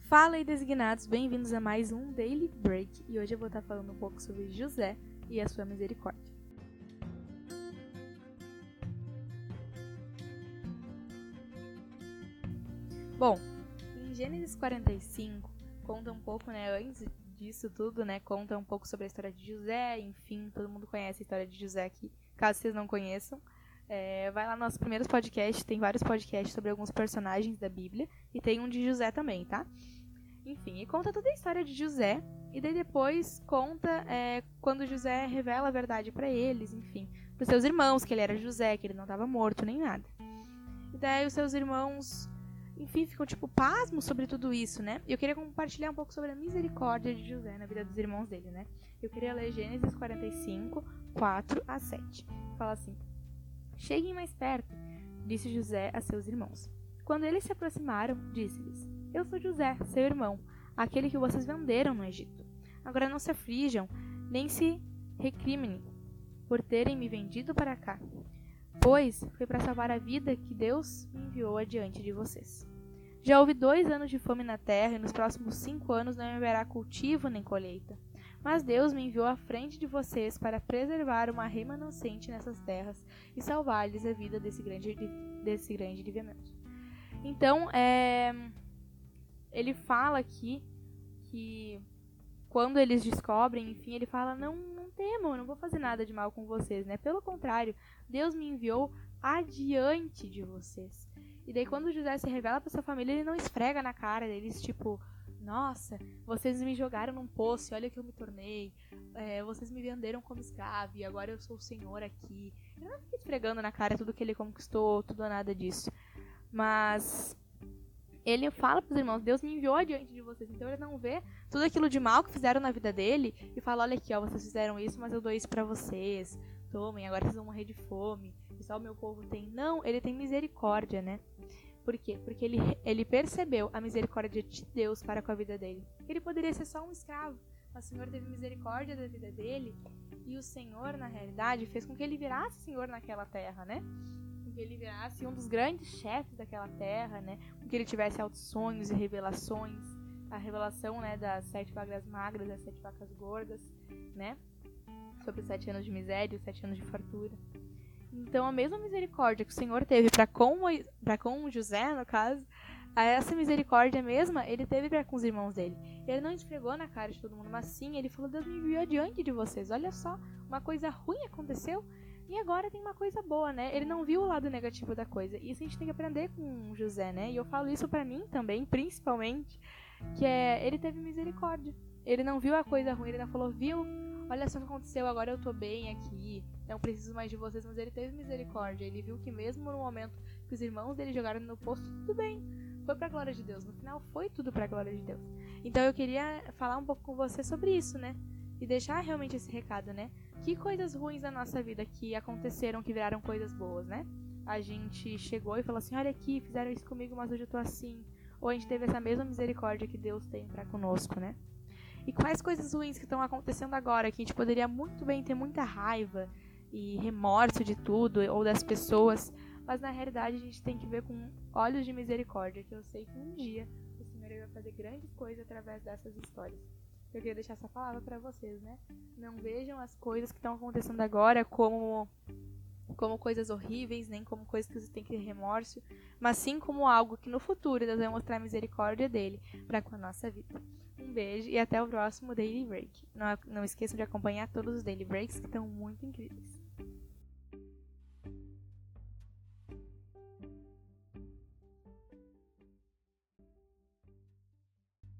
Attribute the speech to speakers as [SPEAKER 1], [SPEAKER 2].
[SPEAKER 1] Fala aí, designados, bem-vindos a mais um Daily Break. E hoje eu vou estar falando um pouco sobre José e a sua misericórdia. Bom, em Gênesis 45, conta um pouco, antes disso tudo, conta um pouco sobre a história de José. Enfim, todo mundo conhece a história de José aqui, caso vocês não conheçam. Vai lá nos nossos primeiros podcasts, tem vários podcasts sobre alguns personagens da Bíblia, e tem um de José também, tá? Enfim, e conta toda a história de José, e daí depois conta quando José revela a verdade pra eles, enfim, pros seus irmãos, que ele era José, que ele não estava morto nem nada. E daí os seus irmãos, enfim, ficam pasmos sobre tudo isso, né? E eu queria compartilhar um pouco sobre a misericórdia de José na vida dos irmãos dele, né? Eu queria ler Gênesis 45, 4 a 7. Fala assim: Cheguem mais perto, disse José a seus irmãos. Quando eles se aproximaram, disse-lhes: Eu sou José, seu irmão, aquele que vocês venderam no Egito. Agora não se aflijam, nem se recriminem por terem me vendido para cá, pois foi para salvar a vida que Deus me enviou adiante de vocês. Já houve 2 anos de fome na terra, e nos próximos 5 anos não haverá cultivo nem colheita. Mas Deus me enviou à frente de vocês para preservar uma remanescente nessas terras e salvar-lhes a vida desse grande livramento. Então, ele fala aqui que quando eles descobrem, enfim, ele fala: não temam, eu não vou fazer nada de mal com vocês, né? Pelo contrário, Deus me enviou adiante de vocês. E daí quando José se revela para sua família, ele não esfrega na cara deles, nossa, vocês me jogaram num poço, olha que eu me tornei, vocês me venderam como escravo e agora eu sou o senhor aqui. Ele não fica esfregando na cara tudo que ele conquistou, tudo ou nada disso. Mas ele fala para os irmãos: Deus me enviou adiante de vocês. Então ele não vê tudo aquilo de mal que fizeram na vida dele e fala: olha aqui, vocês fizeram isso, mas eu dou isso para vocês. Tomem, agora vocês vão morrer de fome. E só o meu povo tem. Não, ele tem misericórdia, né? Por quê? Porque ele percebeu a misericórdia de Deus para com a vida dele. Ele poderia ser só um escravo, mas o Senhor teve misericórdia da vida dele, e o Senhor, na realidade, fez com que ele virasse Senhor naquela terra, né? Com que ele virasse um dos grandes chefes daquela terra, né? Com que ele tivesse altos sonhos e revelações. A revelação, das 7 vacas magras, das 7 vacas gordas, né? Sobre os 7 anos de miséria, os 7 anos de fartura. Então, a mesma misericórdia que o Senhor teve para com José, no caso, essa misericórdia mesma ele teve para com os irmãos dele. Ele não esfregou na cara de todo mundo, mas sim, ele falou: Deus me enviou adiante de vocês. Olha só, uma coisa ruim aconteceu e agora tem uma coisa boa, né? Ele não viu o lado negativo da coisa. Isso a gente tem que aprender com José, né? E eu falo isso para mim também, principalmente, que ele teve misericórdia. Ele não viu a coisa ruim, ele não falou: viu? Olha só o que aconteceu, agora eu tô bem aqui, não preciso mais de vocês. Mas ele teve misericórdia, ele viu que mesmo no momento que os irmãos dele jogaram no poço, tudo bem, foi pra glória de Deus. No final foi tudo pra glória de Deus. Então eu queria falar um pouco com você sobre isso, né? E deixar realmente esse recado, né? Que coisas ruins na nossa vida que aconteceram, que viraram coisas boas, né? A gente chegou e falou assim: olha aqui, fizeram isso comigo, mas hoje eu tô assim. Ou a gente teve essa mesma misericórdia que Deus tem pra conosco, né? E quais coisas ruins que estão acontecendo agora, que a gente poderia muito bem ter muita raiva e remorso de tudo, ou das pessoas, mas na realidade a gente tem que ver com olhos de misericórdia, que eu sei que um dia o Senhor vai fazer grandes coisas através dessas histórias. Eu queria deixar essa palavra para vocês, né? Não vejam as coisas que estão acontecendo agora como coisas horríveis, nem como coisas que você tem que ter remorso, mas sim como algo que no futuro Deus vai mostrar a misericórdia dele para com a nossa vida. Um beijo e até o próximo Daily Break. Não esqueçam de acompanhar todos os Daily Breaks, que estão muito incríveis.